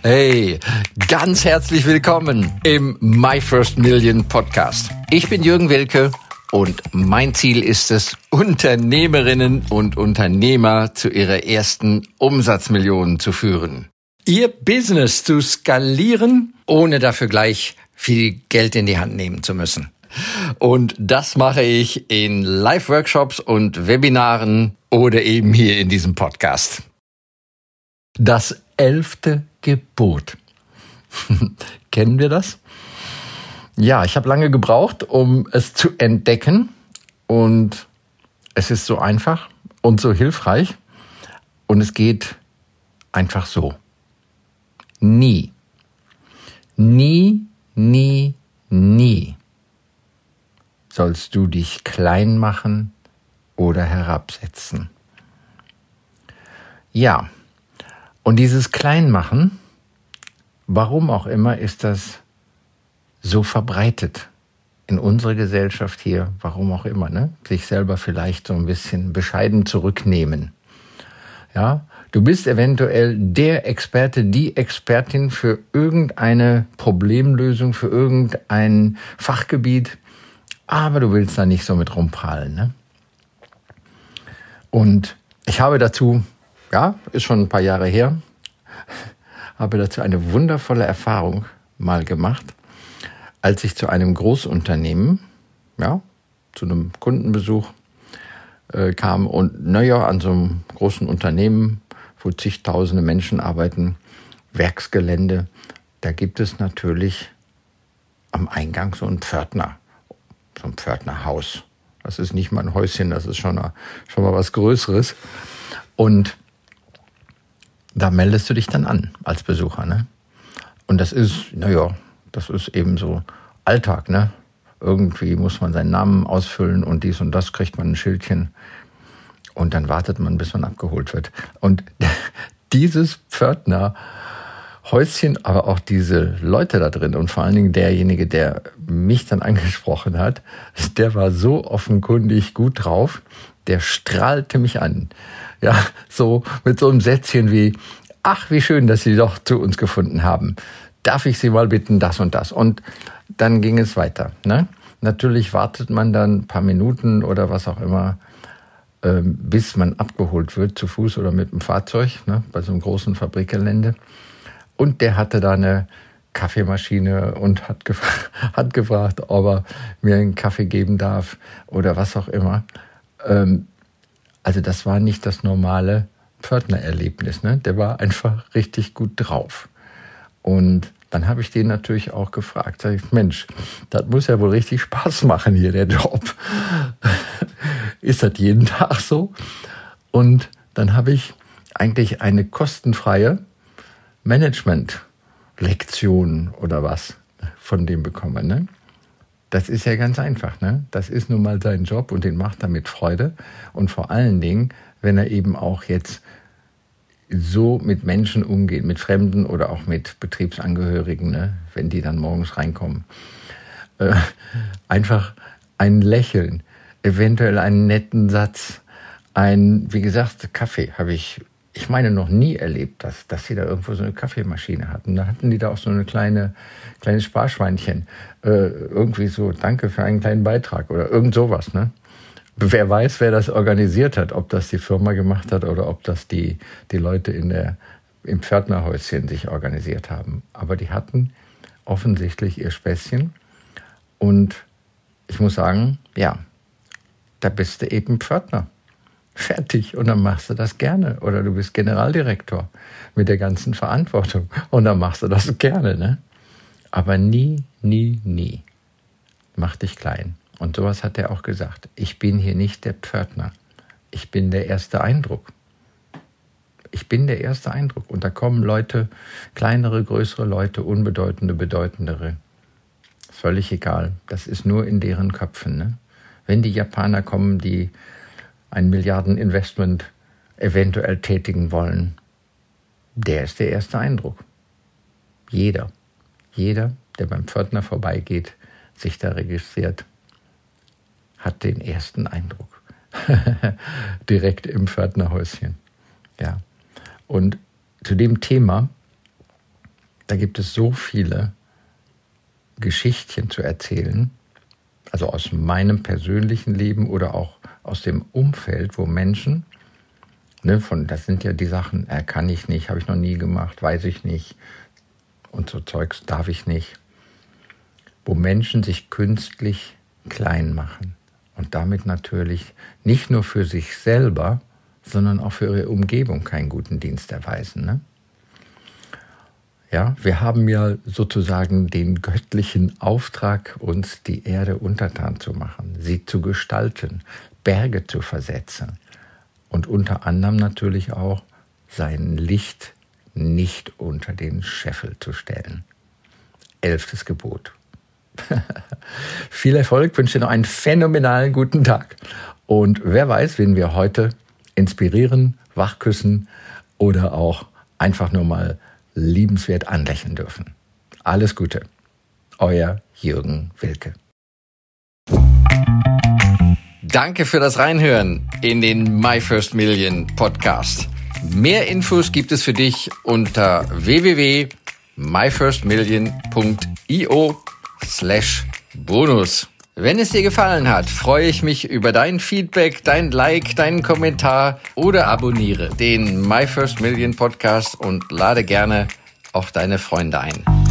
Hey, ganz herzlich willkommen im My First Million Podcast. Ich bin Jürgen Wilke und mein Ziel ist es, Unternehmerinnen und Unternehmer zu ihrer ersten Umsatzmillionen zu führen. Ihr Business zu skalieren, ohne dafür gleich viel Geld in die Hand nehmen zu müssen. Und das mache ich in Live-Workshops und Webinaren oder eben hier in diesem Podcast. Das 11. Gebot. Kennen wir das? Ja, ich habe lange gebraucht, um es zu entdecken. Und es ist so einfach und so hilfreich. Und es geht einfach so. Nie, nie, nie, nie sollst du dich klein machen oder herabsetzen. Ja, und dieses Kleinmachen, warum auch immer, ist das so verbreitet in unserer Gesellschaft hier, warum auch immer, ne? Sich selber vielleicht so ein bisschen bescheiden zurücknehmen. Ja, du bist eventuell der Experte, die Expertin für irgendeine Problemlösung, für irgendein Fachgebiet, aber du willst da nicht so mit rumprahlen, ne? Und ich habe dazu, ja, ist schon ein paar Jahre her, habe dazu eine wundervolle Erfahrung mal gemacht, als ich zu einem Großunternehmen, ja, zu einem Kundenbesuch kam und naja, an so einem großen Unternehmen, wo zigtausende Menschen arbeiten, Werksgelände, da gibt es natürlich am Eingang so einen Pförtner, so ein Pförtnerhaus. Das ist nicht mal ein Häuschen, das ist schon mal was Größeres. Und da meldest du dich dann an als Besucher, ne? Und das ist, naja, das ist eben so Alltag, ne? Irgendwie muss man seinen Namen ausfüllen und dies und das, kriegt man ein Schildchen. Und dann wartet man, bis man abgeholt wird. Und dieses Pförtnerhäuschen, aber auch diese Leute da drin und vor allen Dingen derjenige, der mich dann angesprochen hat, der war so offenkundig gut drauf, der strahlte mich an. Ja, so mit so einem Sätzchen wie, ach, wie schön, dass Sie doch zu uns gefunden haben. Darf ich Sie mal bitten, das und das? Und dann ging es weiter, ne? Natürlich wartet man dann ein paar Minuten oder was auch immer, bis man abgeholt wird, zu Fuß oder mit dem Fahrzeug, ne? Bei so einem großen Fabrikgelände. Und der hatte da eine Kaffeemaschine und hat gefragt, ob er mir einen Kaffee geben darf oder was auch immer. Also das war nicht das normale Pförtnererlebnis, ne? Der war einfach richtig gut drauf. Und dann habe ich den natürlich auch gefragt. Sag ich, Mensch, das muss ja wohl richtig Spaß machen hier, der Job. Ist das jeden Tag so? Und dann habe ich eigentlich eine kostenfreie Management-Lektion oder was von dem bekommen, ne? Das ist ja ganz einfach, ne? Das ist nun mal sein Job und den macht er mit Freude. Und vor allen Dingen, wenn er eben auch jetzt so mit Menschen umgeht, mit Fremden oder auch mit Betriebsangehörigen, ne? Wenn die dann morgens reinkommen. Einfach ein Lächeln, eventuell einen netten Satz, wie gesagt, Kaffee habe ich noch nie erlebt, dass sie da irgendwo so eine Kaffeemaschine hatten. Da hatten die da auch so eine kleines Sparschweinchen. Irgendwie so, danke für einen kleinen Beitrag oder irgend sowas, ne? Wer weiß, wer das organisiert hat, ob das die Firma gemacht hat oder ob das die Leute im Pförtnerhäuschen sich organisiert haben. Aber die hatten offensichtlich ihr Späßchen. Und ich muss sagen, ja, da bist du eben Pförtner. Fertig. Und dann machst du das gerne. Oder du bist Generaldirektor mit der ganzen Verantwortung. Und dann machst du das gerne, ne? Aber nie, nie, nie. Mach dich klein. Und sowas hat er auch gesagt. Ich bin hier nicht der Pförtner. Ich bin der erste Eindruck. Ich bin der erste Eindruck. Und da kommen Leute, kleinere, größere Leute, unbedeutende, bedeutendere. Völlig egal. Das ist nur in deren Köpfen, ne? Wenn die Japaner kommen, die ein Milliardeninvestment eventuell tätigen wollen, der ist der erste Eindruck. Jeder, der beim Pförtner vorbeigeht, sich da registriert, hat den ersten Eindruck. Direkt im Pförtnerhäuschen. Ja. Und zu dem Thema Da gibt es so viele Geschichtchen zu erzählen, also aus meinem persönlichen Leben oder auch aus dem Umfeld, wo Menschen, das sind ja die Sachen, kann ich nicht, habe ich noch nie gemacht, weiß ich nicht und so Zeugs darf ich nicht, wo Menschen sich künstlich klein machen und damit natürlich nicht nur für sich selber, sondern auch für ihre Umgebung keinen guten Dienst erweisen. Ne? Ja, wir haben ja sozusagen den göttlichen Auftrag, uns die Erde untertan zu machen, sie zu gestalten, Berge zu versetzen und unter anderem natürlich auch sein Licht nicht unter den Scheffel zu stellen. 11. Gebot. Viel Erfolg, wünsche dir noch einen phänomenalen guten Tag. Und wer weiß, wen wir heute inspirieren, wachküssen oder auch einfach nur mal liebenswert anlächeln dürfen. Alles Gute. Euer Jürgen Wilke. Danke für das Reinhören in den My First Million Podcast. Mehr Infos gibt es für dich unter www.myfirstmillion.io/bonus. Wenn es dir gefallen hat, freue ich mich über dein Feedback, dein Like, deinen Kommentar oder abonniere den My First Million Podcast und lade gerne auch deine Freunde ein.